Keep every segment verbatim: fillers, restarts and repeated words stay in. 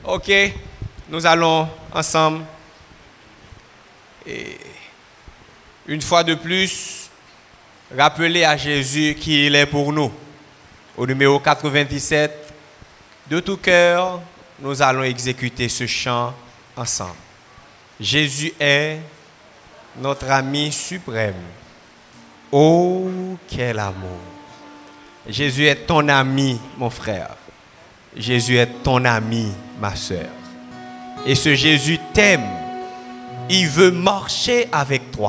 Ok, nous allons ensemble, et une fois de plus, rappeler à Jésus qui il est pour nous. Au numéro quatre-vingt-dix-sept, de tout cœur, nous allons exécuter ce chant ensemble. Jésus est notre ami suprême. Oh, quel amour! Jésus est ton ami, mon frère. Jésus est ton ami, ma sœur. Et ce Jésus t'aime. Il veut marcher avec toi.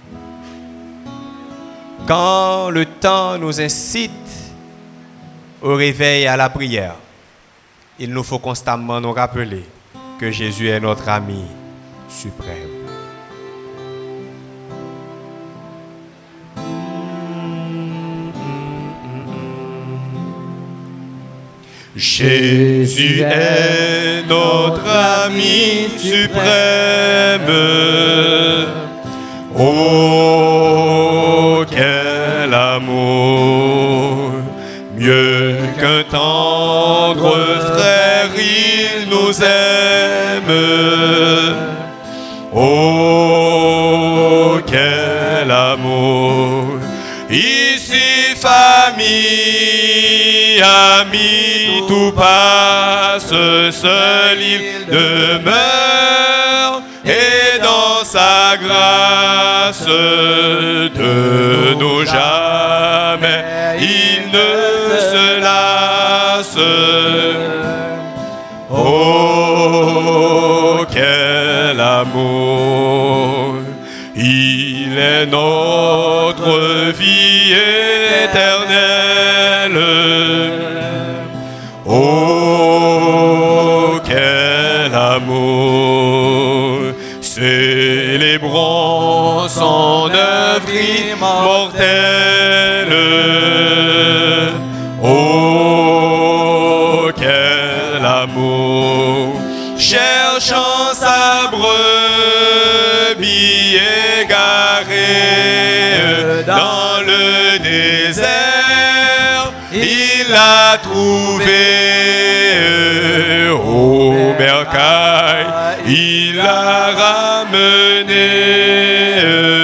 Quand le temps nous incite au réveil et à la prière, il nous faut constamment nous rappeler que Jésus est notre ami suprême. Jésus est notre ami suprême. Oh, quel amour! Mieux qu'un tendre frère, il nous aime. Oh, quel amour! Ici, famille, amis, tout passe, seul il demeure, et dans sa grâce de nos jamais, il ne se lasse. Oh, quel amour! Il est notre vie éternelle. Oh, quel amour! Célébrons son œuvre immortelle. Oh, quel amour! Cherchant sa brebis égarée dans le désert, il l'a trouvée au bercail, il l'a ramenée.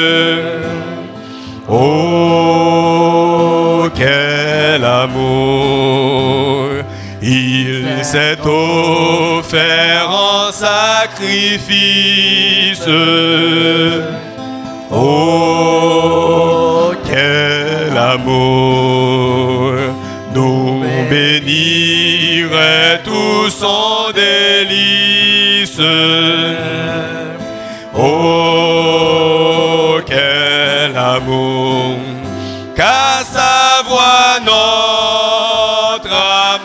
Oh, quel amour! Il s'est offert en sacrifice. Oh, quel amour! Nous bénirait tout son délice. Oh, quel amour! Qu'à sa voix notre âme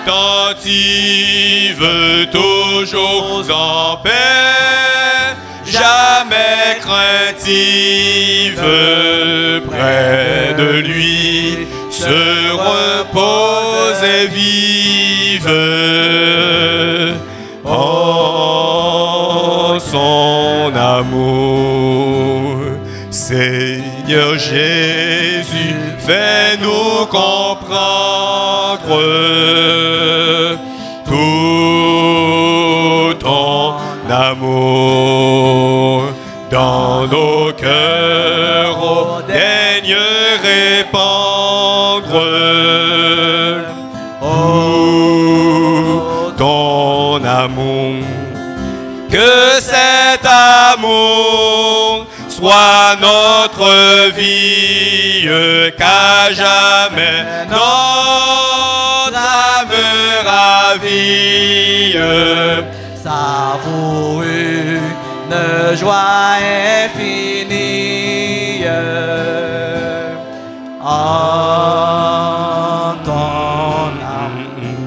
attentive, toujours en paix, jamais craintive, près de lui se repose et vive en son amour. Seigneur Jésus, fais-nous comprendre tout ton amour dans nos cœurs, oh, daigne répandre oh, ton amour. Que cet amour soit notre vie, qu'à jamais notre âme ravie, savoure une joie infinie en ton amour.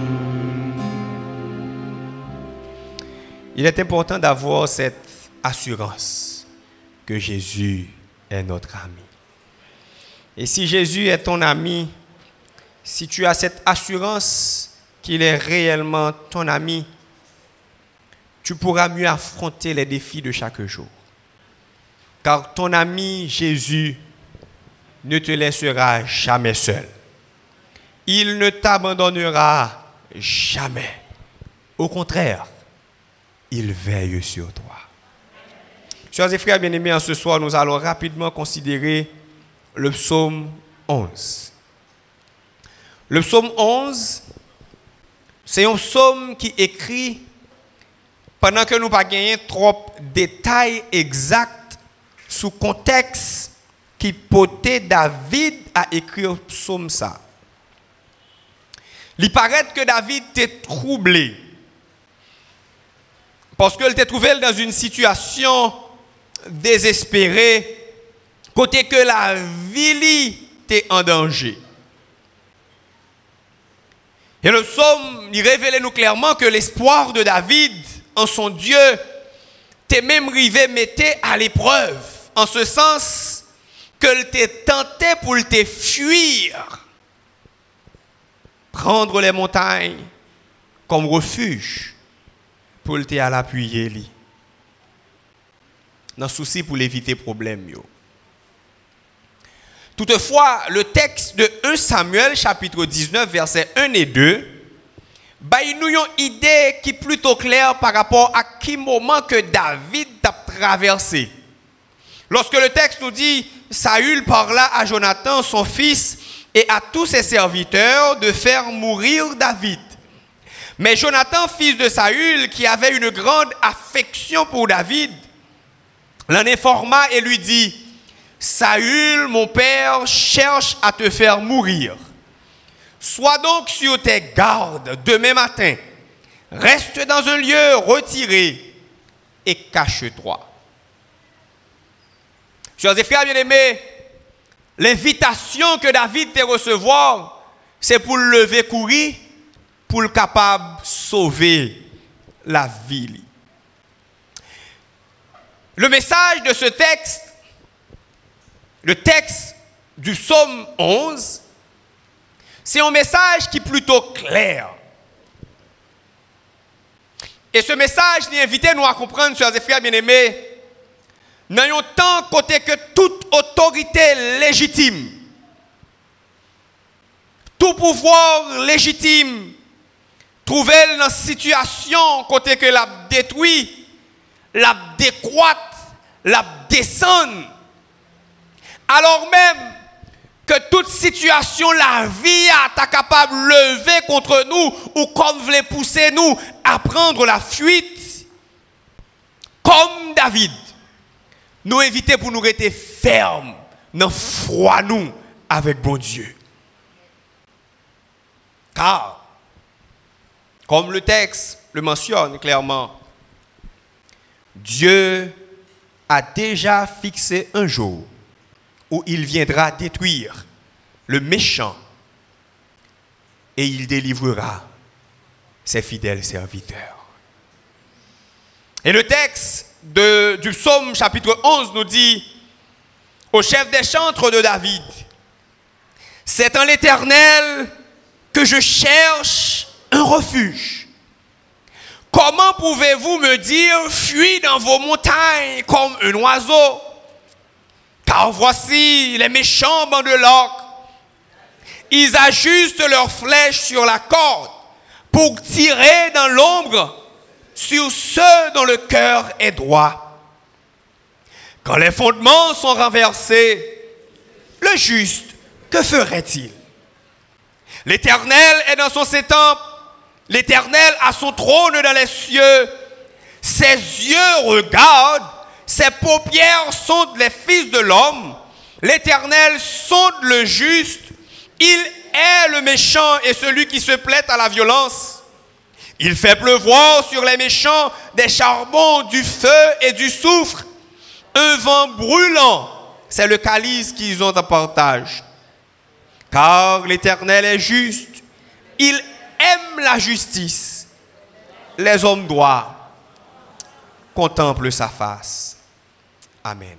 Il est important d'avoir cette assurance que Jésus est notre ami. Et si Jésus est ton ami, si tu as cette assurance qu'il est réellement ton ami, tu pourras mieux affronter les défis de chaque jour. Car ton ami Jésus ne te laissera jamais seul. Il ne t'abandonnera jamais. Au contraire, il veille sur toi. Chers et frères bien-aimés, en ce soir, nous allons rapidement considérer le psaume onze. Le psaume onze, c'est un psaume qui écrit pendant que nous n'avons pas gagné trop de détails exacts sous contexte qui portait David à écrire le psaume ça. Il paraît que David était troublé parce qu'il était trouvé dans une situation désespérée, côté que la vie était en danger. Et le psaume, il révélait nous clairement que l'espoir de David en son Dieu t'est même rivé mettait à l'épreuve, en ce sens que t'es tenté pour te fuir, prendre les montagnes comme refuge pour te à l'appuyer li. Dans souci pour éviter problème yo. Toutefois, le texte de premier Samuel, chapitre dix-neuf, versets un et deux, baille nous une idée qui est plutôt claire par rapport à quel moment que David a traversé. Lorsque le texte nous dit, Saül parla à Jonathan, son fils, et à tous ses serviteurs de faire mourir David. Mais Jonathan, fils de Saül, qui avait une grande affection pour David, l'en informa et lui dit, Saül, mon père, cherche à te faire mourir. Sois donc sur tes gardes demain matin. Reste dans un lieu retiré et cache-toi. Chers et frères bien-aimés, l'invitation que David te recevoir, c'est pour le lever courir, pour le capable de sauver la vie. Le message de ce texte, le texte du psaume onze, c'est un message qui est plutôt clair. Et ce message nous invite nous à comprendre, chers et frères bien-aimés, dans un temps côté que toute autorité légitime, tout pouvoir légitime, trouvait dans une situation côté que la détruit, la décroître, la descendre. Alors même que toute situation, la vie est capable de lever contre nous ou comme voulait pousser nous à prendre la fuite, comme David, nous éviter pour nous rester fermes, dans foi nous avec bon Dieu. Car, comme le texte le mentionne clairement, Dieu a déjà fixé un jour où il viendra détruire le méchant et il délivrera ses fidèles serviteurs. Et le texte de, du psaume chapitre onze nous dit au chef des chantres de David, c'est en l'Éternel que je cherche un refuge. Comment pouvez-vous me dire, fuis dans vos montagnes comme un oiseau? Car voici les méchants bandelorques. Ils ajustent leurs flèches sur la corde pour tirer dans l'ombre sur ceux dont le cœur est droit. Quand les fondements sont renversés, le juste, que ferait-il? L'Éternel est dans son septembre. L'Éternel a son trône dans les cieux. Ses yeux regardent. Ses paupières sondent les fils de l'homme. L'Éternel sonde le juste. Il est le méchant et celui qui se plaît à la violence. Il fait pleuvoir sur les méchants des charbons, du feu et du soufre. Un vent brûlant, c'est le calice qu'ils ont en partage. Car l'Éternel est juste. Il aime la justice. Les hommes droits contemplent sa face. Amen.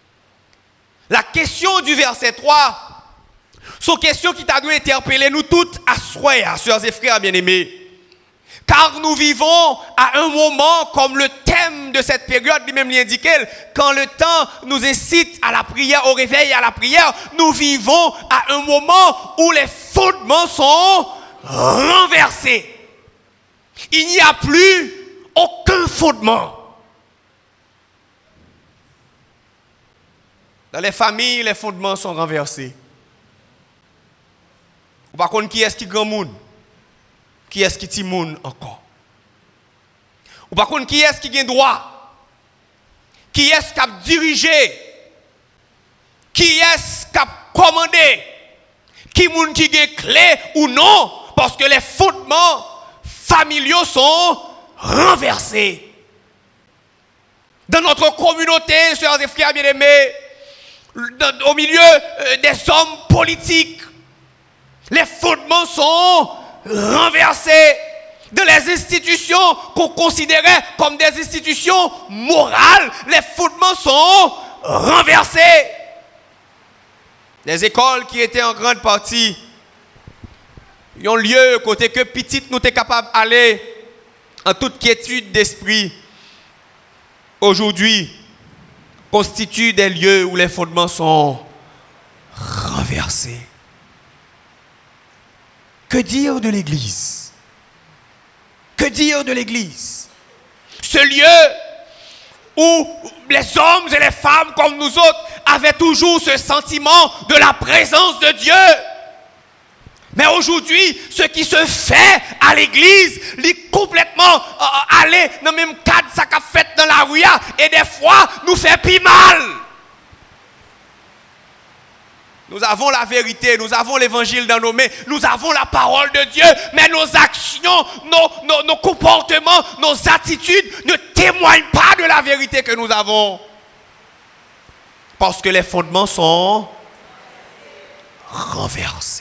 La question du verset trois, c'est une question qui t'a dû interpeller nous toutes à soir, sœurs et frères bien-aimés. Car nous vivons à un moment, comme le thème de cette période lui-même l'indiquait, quand le temps nous incite à la prière, au réveil et à la prière, nous vivons à un moment où les fondements sont renversés. Il n'y a plus aucun fondement. Dans les familles, les fondements sont renversés. Par contre, qui est-ce qui grand monde? Qui est-ce qui petit monde encore? Ou par contre, qui est-ce qui a droit? Qui est-ce qui a dirigé? Qui est-ce qui a commandé? Qui monde qui a clé ou non? Parce que les fondements familiaux sont renversés. Dans notre communauté, sœurs et frères bien-aimés, au milieu des hommes politiques, les fondements sont renversés. Dans les institutions qu'on considérait comme des institutions morales, les fondements sont renversés. Les écoles qui étaient en grande partie ont lieu côté que petite nous sommes capables d'aller en toute quiétude d'esprit. Aujourd'hui, constituent des lieux où les fondements sont renversés. Que dire de l'Église? Que dire de l'Église? Ce lieu où les hommes et les femmes comme nous autres avaient toujours ce sentiment de la présence de Dieu. Mais aujourd'hui, ce qui se fait à l'église, est complètement euh, aller dans le même cadre ça qu'a fait dans la rue et des fois nous fait plus mal. Nous avons la vérité, nous avons l'évangile dans nos mains, nous avons la parole de Dieu, mais nos actions, nos, nos, nos comportements, nos attitudes ne témoignent pas de la vérité que nous avons. Parce que les fondements sont renversés.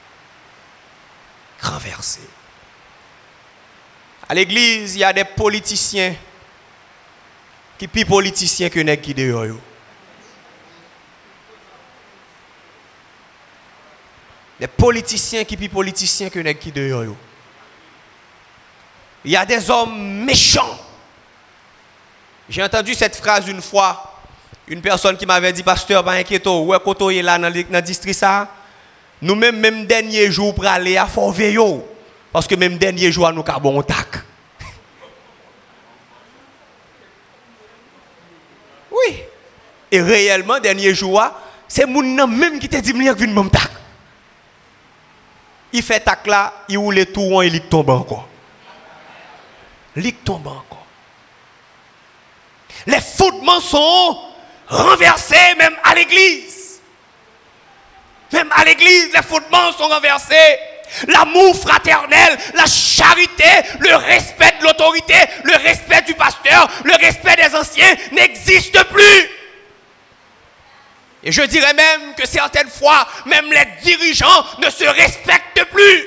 Renversés. À l'église, il y a des politiciens qui sont plus politiciens que les qui dehors. Des politiciens qui sont plus politiciens que les qui dehors. Il y a des hommes méchants. J'ai entendu cette phrase une fois. Une personne qui m'avait dit, pasteur, pas inquiéto, ouais, quand on est là dans le district ça, nous-mêmes, même dernier jour pour aller à Fort Veillot, parce que même dernier jour, nous avons un tac. Oui. Et réellement, dernier jour, c'est mon nom même qui te dit, que je mon tac. Il fait tac là, il roule tout, il tombe encore. Il tombe encore. Les fondements sont renversés même à l'église. Même à l'église, les fondements sont renversés. L'amour fraternel, la charité, le respect de l'autorité, le respect du pasteur, le respect des anciens n'existent plus. Et je dirais même que certaines fois, même les dirigeants ne se respectent plus.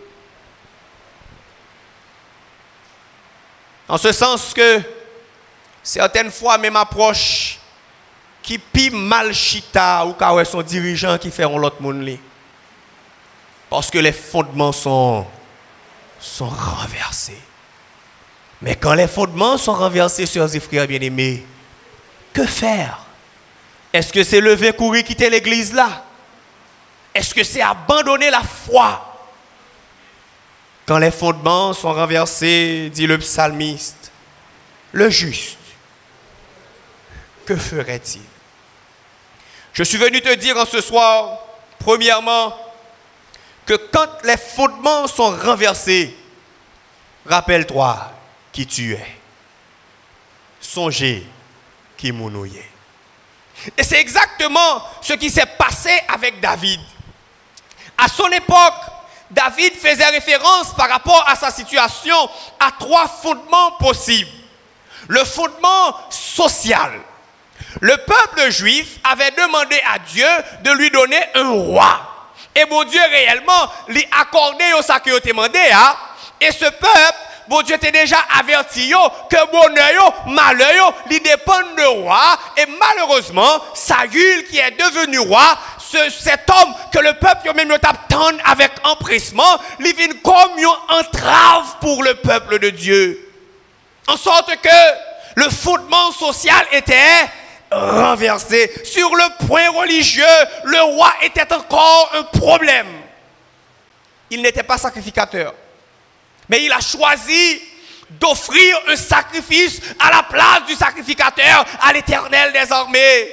En ce sens que certaines fois, même approche qui pi mal chita ou quand son dirigeant qui fait l'autre monde. Parce que les fondements sont, sont renversés. Mais quand les fondements sont renversés, sœurs et frères bien-aimés, que faire? Est-ce que c'est lever, courir, quitter l'église là? Est-ce que c'est abandonner la foi? Quand les fondements sont renversés, dit le psalmiste, le juste, que ferait-il? Je suis venu te dire en ce soir, premièrement, que quand les fondements sont renversés, rappelle-toi qui tu es. Songez qui mounouye. Et c'est exactement ce qui s'est passé avec David. À son époque, David faisait référence par rapport à sa situation à trois fondements possibles. Le fondement social. Le peuple juif avait demandé à Dieu de lui donner un roi. Et mon Dieu réellement lui accordé ce qu'il a demandé. Et ce peuple, bon Dieu t'a déjà averti que bonheur, malheur, lui dépend de roi. Et malheureusement, Saül qui est devenu roi, ce, cet homme que le peuple même attend avec empressement, lui vient comme une entrave pour le peuple de Dieu. En sorte que le fondement social était renversé. Sur le point religieux, le roi était encore un problème. Il n'était pas sacrificateur. Mais il a choisi d'offrir un sacrifice à la place du sacrificateur à l'Éternel des armées.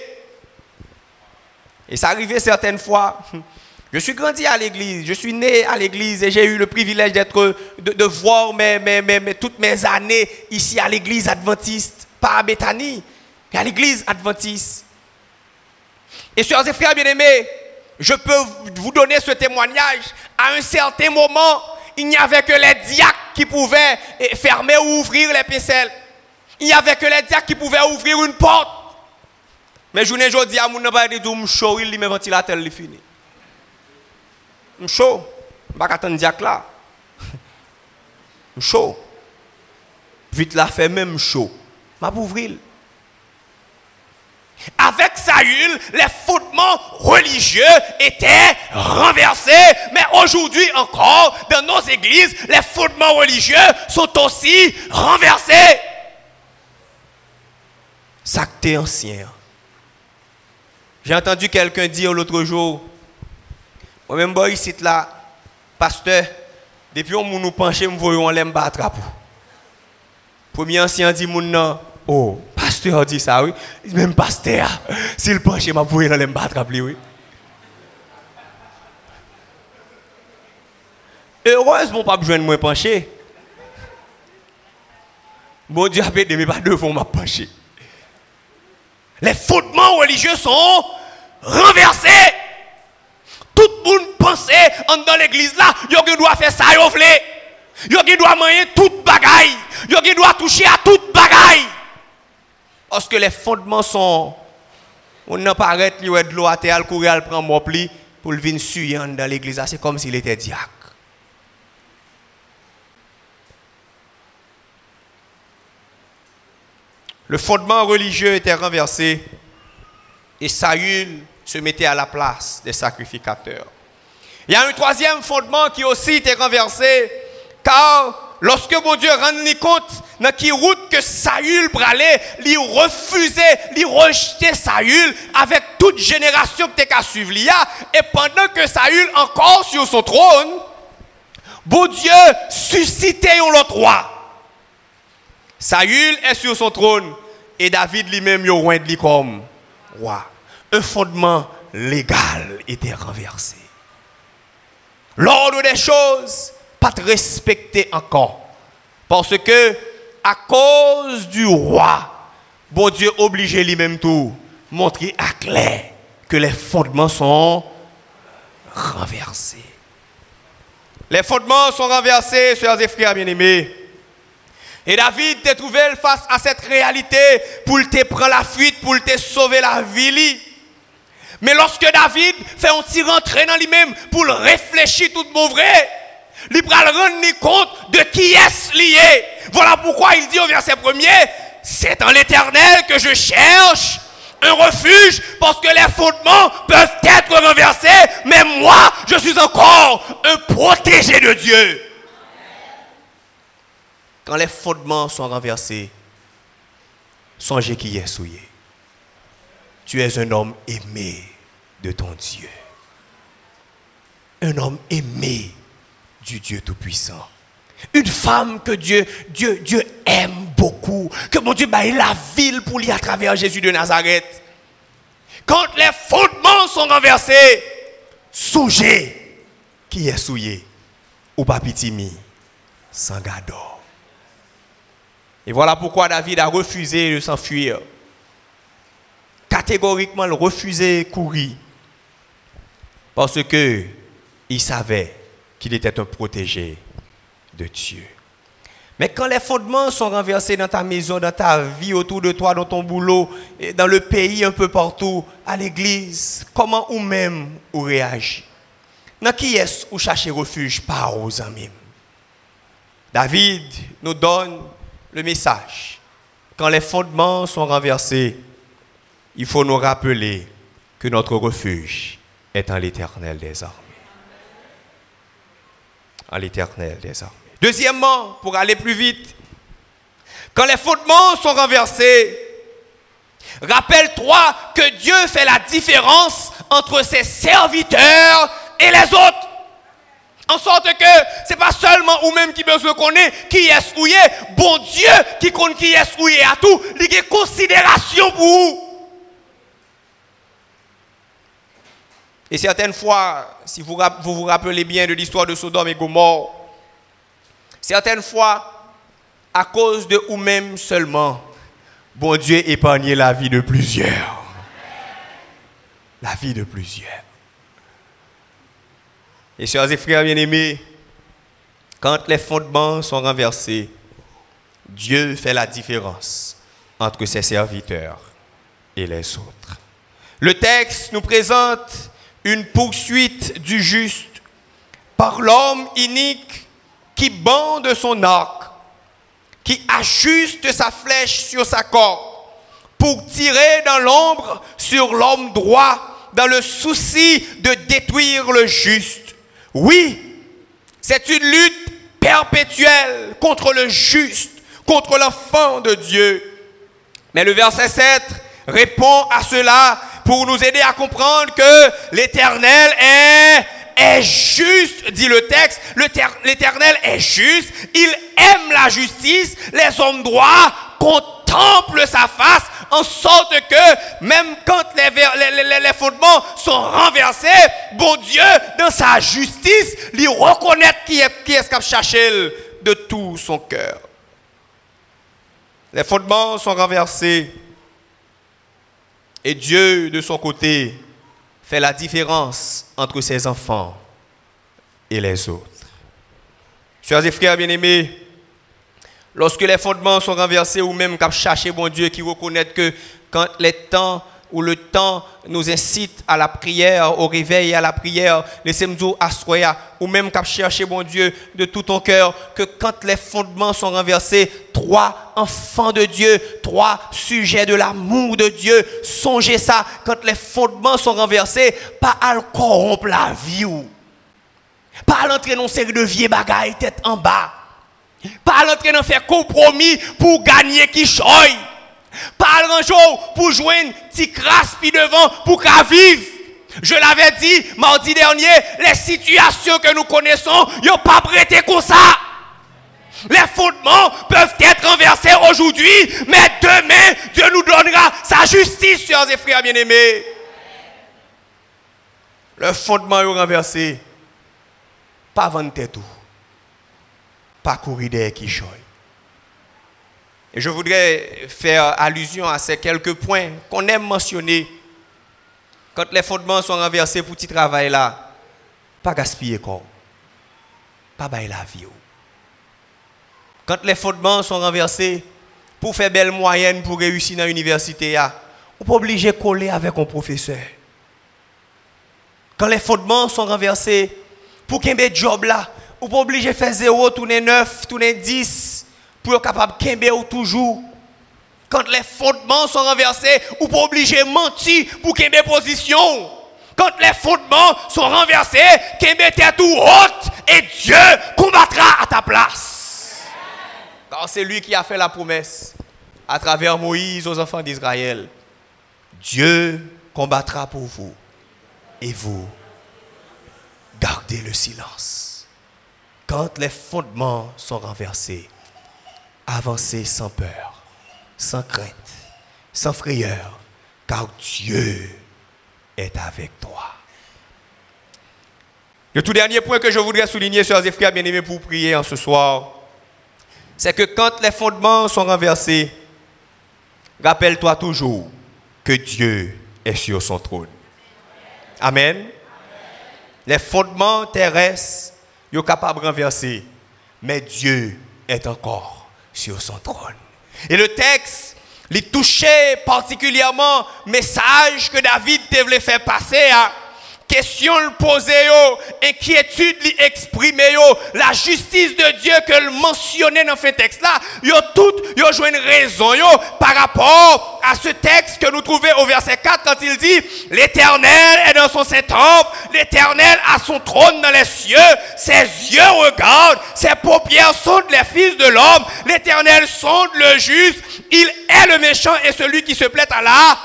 Et ça arrivait certaines fois. Je suis grandi à l'église, je suis né à l'église et j'ai eu le privilège d'être, de, de voir mes, mes, mes, mes, toutes mes années ici à l'église adventiste, pas à Bethany, mais à l'église adventiste. Et sœurs et frères bien-aimés, je peux vous donner ce témoignage. À un certain moment, il n'y avait que les diacres qui pouvaient fermer ou ouvrir les pincelles. Il n'y avait que les diacres qui pouvaient ouvrir une porte. Mais je ne dis à mon n'a dit tout chaud, il me ventilateur il fini. Chaud, je ne vais pas attendre diacre là. Chaud. Vite la fait même chaud. Je vais ouvrir. Avec Saül, les fondements religieux étaient renversés. Mais aujourd'hui encore, dans nos églises, les fondements religieux sont aussi renversés. Ça t'est ancien. J'ai entendu quelqu'un dire l'autre jour, moi-même, je ici là, pasteur, depuis qu'on nous penche, nous voyons l'aime battre. Premier ancien dit, non, oh, pasteur dit ça, oui. Même pasteur, s'il penche, m'a voyé dans l'aime battre, oui. Heureusement, pas besoin de me pencher. Bon Dieu a pédé, mais pas deux fois m'a penché. Les fondements religieux sont renversés. Tout le monde pensait dans l'église là, il doit faire ça, il doit manger toute bagaille, il doit toucher à toute bagaille. Parce que les fondements sont, on n'a pas arrêté de l'eau à terre, courir à prendre mon pli pour le venir suivre dans l'église. C'est comme s'il était diacre. Le fondement religieux était renversé et Saül se mettait à la place des sacrificateurs. Il y a un troisième fondement qui aussi était renversé, car lorsque mon Dieu rendit compte dans quelle route que Saül bralait, il refusait, il rejetait Saül avec toute génération qui était qu'à suivre. Et pendant que Saül encore sur son trône, bon Dieu suscitait un autre roi. Saül est sur son trône et David lui-même est loin de lui comme roi. Un fondement légal était renversé. L'ordre des choses, pas respecté encore. Parce que, à cause du roi, bon Dieu obligé lui-même tout, montrer à clair que les fondements sont renversés. Les fondements sont renversés, sœurs et frères bien-aimés. Et David t'est trouvé face à cette réalité pour te prendre la fuite, pour te sauver la vie. Mais lorsque David fait un petit rentrer dans lui-même pour réfléchir tout bon vrai, il va rendre compte de qui est lié. Voilà pourquoi il dit au verset premier, c'est en l'Éternel que je cherche un refuge parce que les fondements peuvent être renversés, mais moi, je suis encore un protégé de Dieu. Quand les fondements sont renversés, songez qui est souillé. Tu es un homme aimé de ton Dieu. Un homme aimé du Dieu Tout-Puissant. Une femme que Dieu, Dieu, Dieu aime beaucoup. Que mon Dieu baille la ville pour lui à travers Jésus de Nazareth. Quand les fondements sont renversés, songez qui est souillé. Ou pas pitimi, sans gador. Et voilà pourquoi David a refusé de s'enfuir. Catégoriquement, il a refusé de courir. Parce que il savait qu'il était un protégé de Dieu. Mais quand les fondements sont renversés dans ta maison, dans ta vie, autour de toi, dans ton boulot, dans le pays, un peu partout, à l'église, comment ou même ou réagit? Dans qui est-ce ou chercher refuge par aux amis? David nous donne le message. Quand les fondements sont renversés, il faut nous rappeler que notre refuge est en l'Éternel des armées. En l'Éternel des armées. Deuxièmement, pour aller plus vite, quand les fondements sont renversés, rappelle-toi que Dieu fait la différence entre ses serviteurs et les autres. En sorte que ce n'est pas seulement ou même qui besoin connaître qui est ou est, bon Dieu qui connaît qui est ou est à tout, il y a considération pour vous. Et certaines fois, si vous vous, vous rappelez bien de l'histoire de Sodome et Gomorrhe, certaines fois, à cause de vous-même seulement, bon Dieu épargnait la vie de plusieurs. La vie de plusieurs. Et chers et frères bien-aimés, quand les fondements sont renversés, Dieu fait la différence entre ses serviteurs et les autres. Le texte nous présente une poursuite du juste par l'homme inique qui bande son arc, qui ajuste sa flèche sur sa corde pour tirer dans l'ombre sur l'homme droit dans le souci de détruire le juste. Oui, c'est une lutte perpétuelle contre le juste, contre l'enfant de Dieu. Mais le verset sept répond à cela pour nous aider à comprendre que l'Éternel est, est juste, dit le texte. L'Éternel est juste, il aime la justice, les hommes droits contemplent sa face, en sorte que même quand les, les, les, les fondements sont renversés, bon Dieu, dans sa justice, il reconnaît qui est, qui est-ce qu'il a cherché de tout son cœur. Les fondements sont renversés et Dieu, de son côté, fait la différence entre ses enfants et les autres. Chers et frères bien-aimés, lorsque les fondements sont renversés ou même qu'à chercher bon Dieu qui reconnaît que quand les temps ou le temps nous incite à la prière, au réveil et à la prière, laissez-moi à soya, ou même qu'à chercher bon Dieu de tout ton cœur, que quand les fondements sont renversés, trois enfants de Dieu, trois sujets de l'amour de Dieu, songez ça, quand les fondements sont renversés, pas à corrompre la vie ou, pas à l'entrer dans une série de vieilles bagailles tête en bas, pas à l'entrer dans faire compromis pour gagner qui choye. Pas un jour pour joindre petit craspi devant pour qu'à vivre. Je l'avais dit mardi dernier, les situations que nous connaissons, ils n'ont pas prêté comme ça. Les fondements peuvent être renversés aujourd'hui, mais demain, Dieu nous donnera sa justice, chers et frères bien-aimés. Le fondement est renversé. Pas vendre tout. Pas courir derrière qui choye. Et je voudrais faire allusion à ces quelques points qu'on aime mentionner. Quand les fondements sont renversés pour ce travail-là, pas gaspiller corps, pas bailler la vie. Quand les fondements sont renversés pour faire belle moyenne pour réussir dans l'université, on n'est pas obligé de coller avec un professeur. Quand les fondements sont renversés pour qu'il y ait un job là, on n'est pas obligé de faire zéro, tourner neuf, tourner dix. Pour être capable de kembe ou toujours. Quand les fondements sont renversés, ou pas obligé de mentir pour kembe position. Quand les fondements sont renversés, kembe tête tout haute et Dieu combattra à ta place. Car c'est lui qui a fait la promesse à travers Moïse aux enfants d'Israël. Dieu combattra pour vous et vous gardez le silence. Quand les fondements sont renversés, avancez sans peur, sans crainte, sans frayeur, car Dieu est avec toi. Le tout dernier point que je voudrais souligner, chers et frères bien-aimés, pour prier en ce soir, c'est que quand les fondements sont renversés, rappelle-toi toujours que Dieu est sur son trône. Amen. Amen. Les fondements terrestres, ils sont capables de renverser, mais Dieu est encore sur son trône. Et le texte, il touchait particulièrement le message que David devait faire passer à question le poser, inquiétude l'exprimer, la justice de Dieu que le mentionnait dans ce texte-là, ils ont toutes, ils ont joué une raison yo, par rapport à ce texte que nous trouvons au verset quatre quand il dit l'Éternel est dans son Saint-Temple, l'Éternel a son trône dans les cieux, ses yeux regardent, ses paupières sondent les fils de l'homme, l'Éternel sonde le juste, il est le méchant et celui qui se plaît à la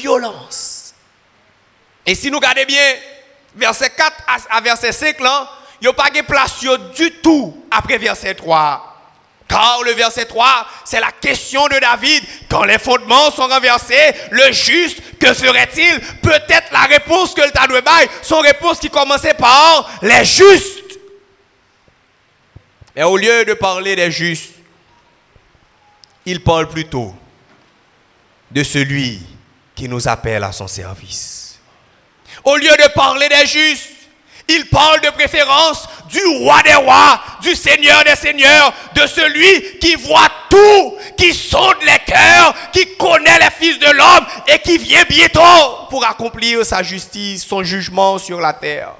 violence. Et si nous regardons bien, verset quatre à verset cinq, là, il n'y a pas de place du tout après verset trois. Car le verset trois, c'est la question de David. Quand les fondements sont renversés, le juste, que ferait-il? Peut-être la réponse que le t'a donné, son réponse qui commençait par les justes. Mais au lieu de parler des justes, il parle plutôt de celui qui nous appelle à son service. Au lieu de parler des justes, il parle de préférence du roi des rois, du seigneur des seigneurs, de celui qui voit tout, qui sonde les cœurs, qui connaît les fils de l'homme et qui vient bientôt pour accomplir sa justice, son jugement sur la terre.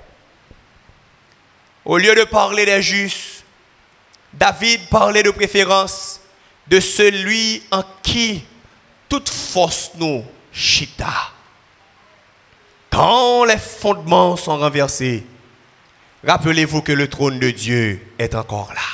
Au lieu de parler des justes, David parlait de préférence de celui en qui toute force nous chita. Quand les fondements sont renversés, rappelez-vous que le trône de Dieu est encore là.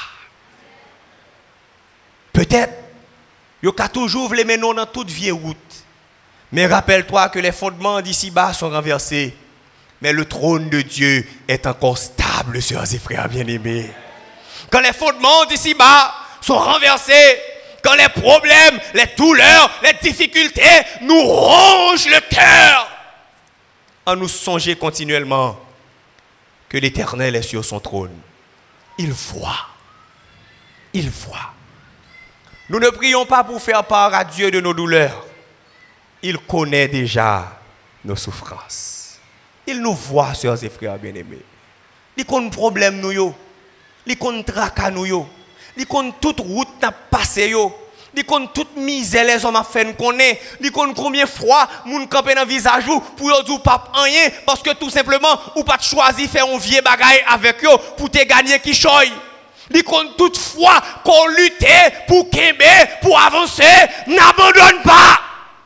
Peut-être, il y a toujours les menons dans toute vieille route. Mais rappelle-toi que les fondements d'ici-bas sont renversés. Mais le trône de Dieu est encore stable, sœurs et frères bien-aimés. Quand les fondements d'ici-bas sont renversés, quand les problèmes, les douleurs, les difficultés nous rongent le cœur, en nous songer continuellement que l'Éternel est sur son trône. Il voit. Il voit. Nous ne prions pas pour faire part à Dieu de nos douleurs. Il connaît déjà nos souffrances. Il nous voit, sœurs et frères bien-aimés. Il connaît problème nous yo. Il connaît tracas nous yo. Il connaît toute route n'a passé yo. Il connaît toute misère les hommes a fait nous connaît. Il connaît combien fois moun camper dans visage pour yo dire pas rien parce que tout simplement ou pas choisi faire un vieux bagaille avec yo pour te gagner qui choy. Il connaît toutefois qu'on lutte pour kembe, pour avancer, n'abandonne pas.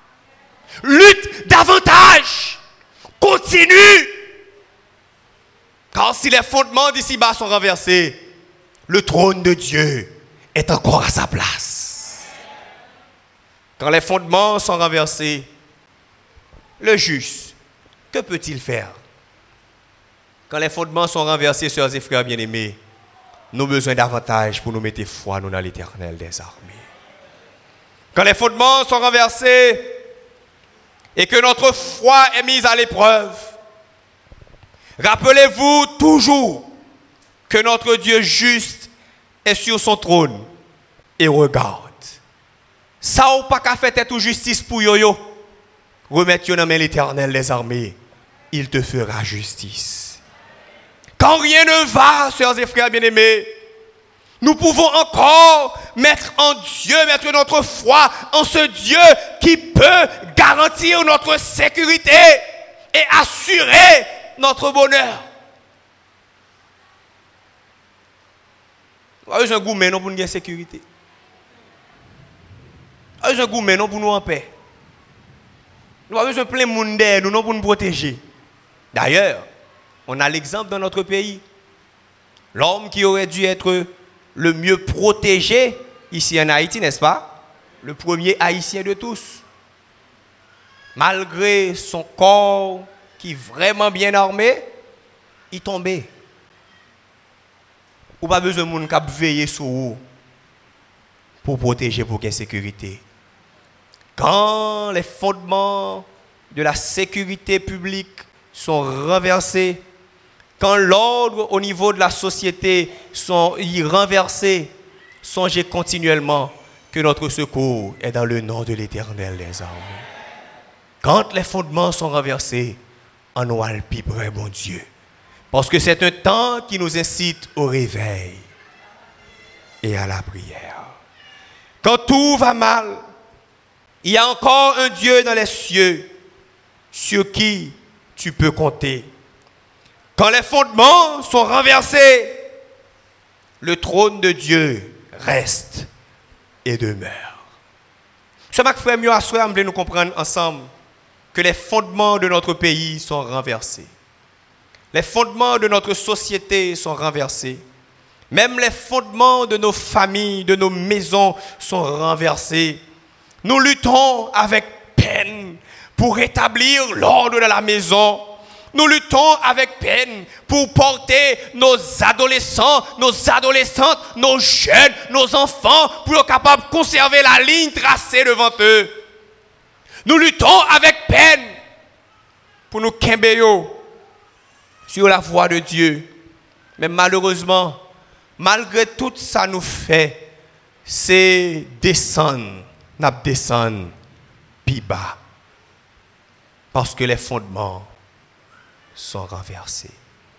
Lutte davantage. Continue. Car si les fondements d'ici-bas sont renversés, le trône de Dieu est encore à sa place. Quand les fondements sont renversés, le juste, que peut-il faire? Quand les fondements sont renversés, sœurs et frères bien-aimés, nous avons besoin davantage pour nous mettre foi nous dans l'Éternel des armées. Quand les fondements sont renversés et que notre foi est mise à l'épreuve, rappelez-vous toujours que notre Dieu juste est sur son trône et regarde. Ça ou pas qu'à faire toute justice pour yo yo. Remettez dans l'Éternel des armées, il te fera justice. Quand rien ne va, sœurs et frères bien-aimés, nous pouvons encore mettre en Dieu, mettre notre foi en ce Dieu qui peut garantir notre sécurité et assurer notre bonheur. Nous avons un goût maintenant pour nous avoir sécurité. Nous avons un goût maintenant pour nous en paix. Nous avons besoin de plein de monde d'aide, nous non pour nous protéger. D'ailleurs, on a l'exemple dans notre pays. L'homme qui aurait dû être le mieux protégé ici en Haïti, n'est-ce pas? Le premier haïtien de tous. Malgré son corps qui est vraiment bien armé, il tombait. Ou pas besoin de monde qui veiller sur vous pour protéger pour qu'il y ait sécurité. Quand les fondements de la sécurité publique sont renversés, quand l'ordre au niveau de la société sont renversés, songez continuellement que notre secours est dans le nom de l'Éternel des armées. Quand les fondements sont renversés, en nous alpibre, mon Dieu. Parce que c'est un temps qui nous incite au réveil et à la prière. Quand tout va mal, il y a encore un Dieu dans les cieux sur qui tu peux compter. Quand les fondements sont renversés, le trône de Dieu reste et demeure. Ce que frère mieux à soi, on veut nous comprendre ensemble que les fondements de notre pays sont renversés. Les fondements de notre société sont renversés. Même les fondements de nos familles, de nos maisons sont renversés. Nous luttons avec peine pour rétablir l'ordre de la maison, Nous luttons avec peine pour porter nos adolescents, nos adolescentes, nos jeunes, nos enfants, pour être capables de conserver la ligne tracée devant eux. Nous luttons avec peine pour nous quimber sur la voie de Dieu. Mais malheureusement, malgré tout ça nous fait, c'est descendre, nous descendre plus bas. Parce que les fondements sont renversés.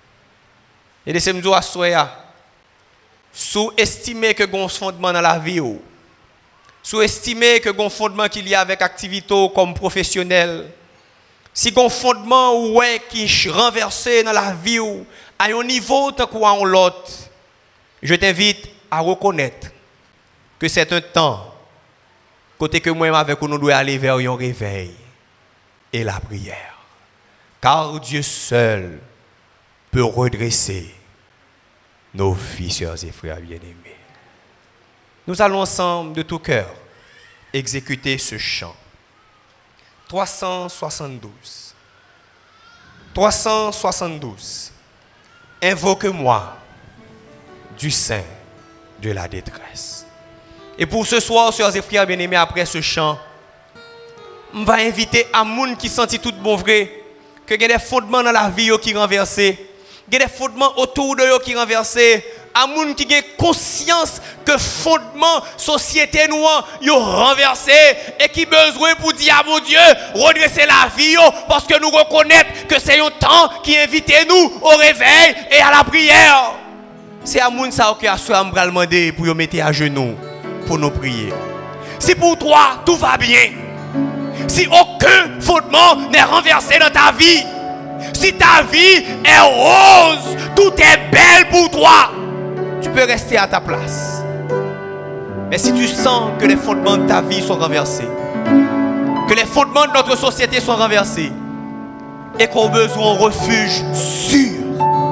Et de ces jours à soya, sous-estimer que gon fondement dans la vie, sous-estimer que gon fondement qu'il y a avec activité comme professionnel, si gon fondement ou ouais qui renversé dans la vie à un niveau tant quoi on l'autre, je t'invite à reconnaître que c'est un temps côté que moi avec nous doit aller vers un réveil et la prière. Car Dieu seul peut redresser nos filles, sœurs et frères bien-aimés. Nous allons ensemble de tout cœur exécuter ce chant. trois cent soixante-douze. trois cent soixante-douze. Invoque-moi du sein de la détresse. Et pour ce soir, sœurs et frères bien-aimés, après ce chant, on va inviter à moun qui sentit tout bon vrai que il y a des fondements dans la vie qui renversés, il y a des fondements autour de eux qui renversés, à moun qui a conscience que fondement société noire yo renversé et qui besoin pour dire à mon Dieu redresser la vie yo, parce que nous reconnaissons que c'est un temps qui invite nous au réveil et à la prière. C'est à moun ça que a soit me demander pour yo mettre à genoux pour nous prier. Si pour toi tout va bien, si aucun fondement n'est renversé dans ta vie, si ta vie est rose, tout est belle pour toi, tu peux rester à ta place. Mais si tu sens que les fondements de ta vie sont renversés, que les fondements de notre société sont renversés, et qu'on a besoin d'un refuge sûr,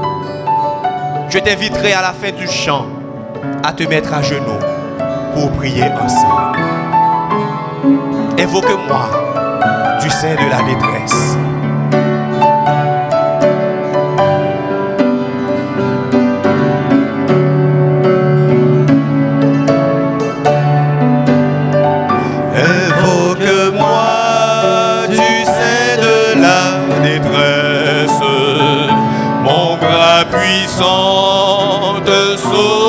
je t'inviterai à la fin du chant à te mettre à genoux pour prier ensemble. Invoque-moi du sein de la détresse. Invoque-moi du sein de la détresse. Mon bras puissant te sauve.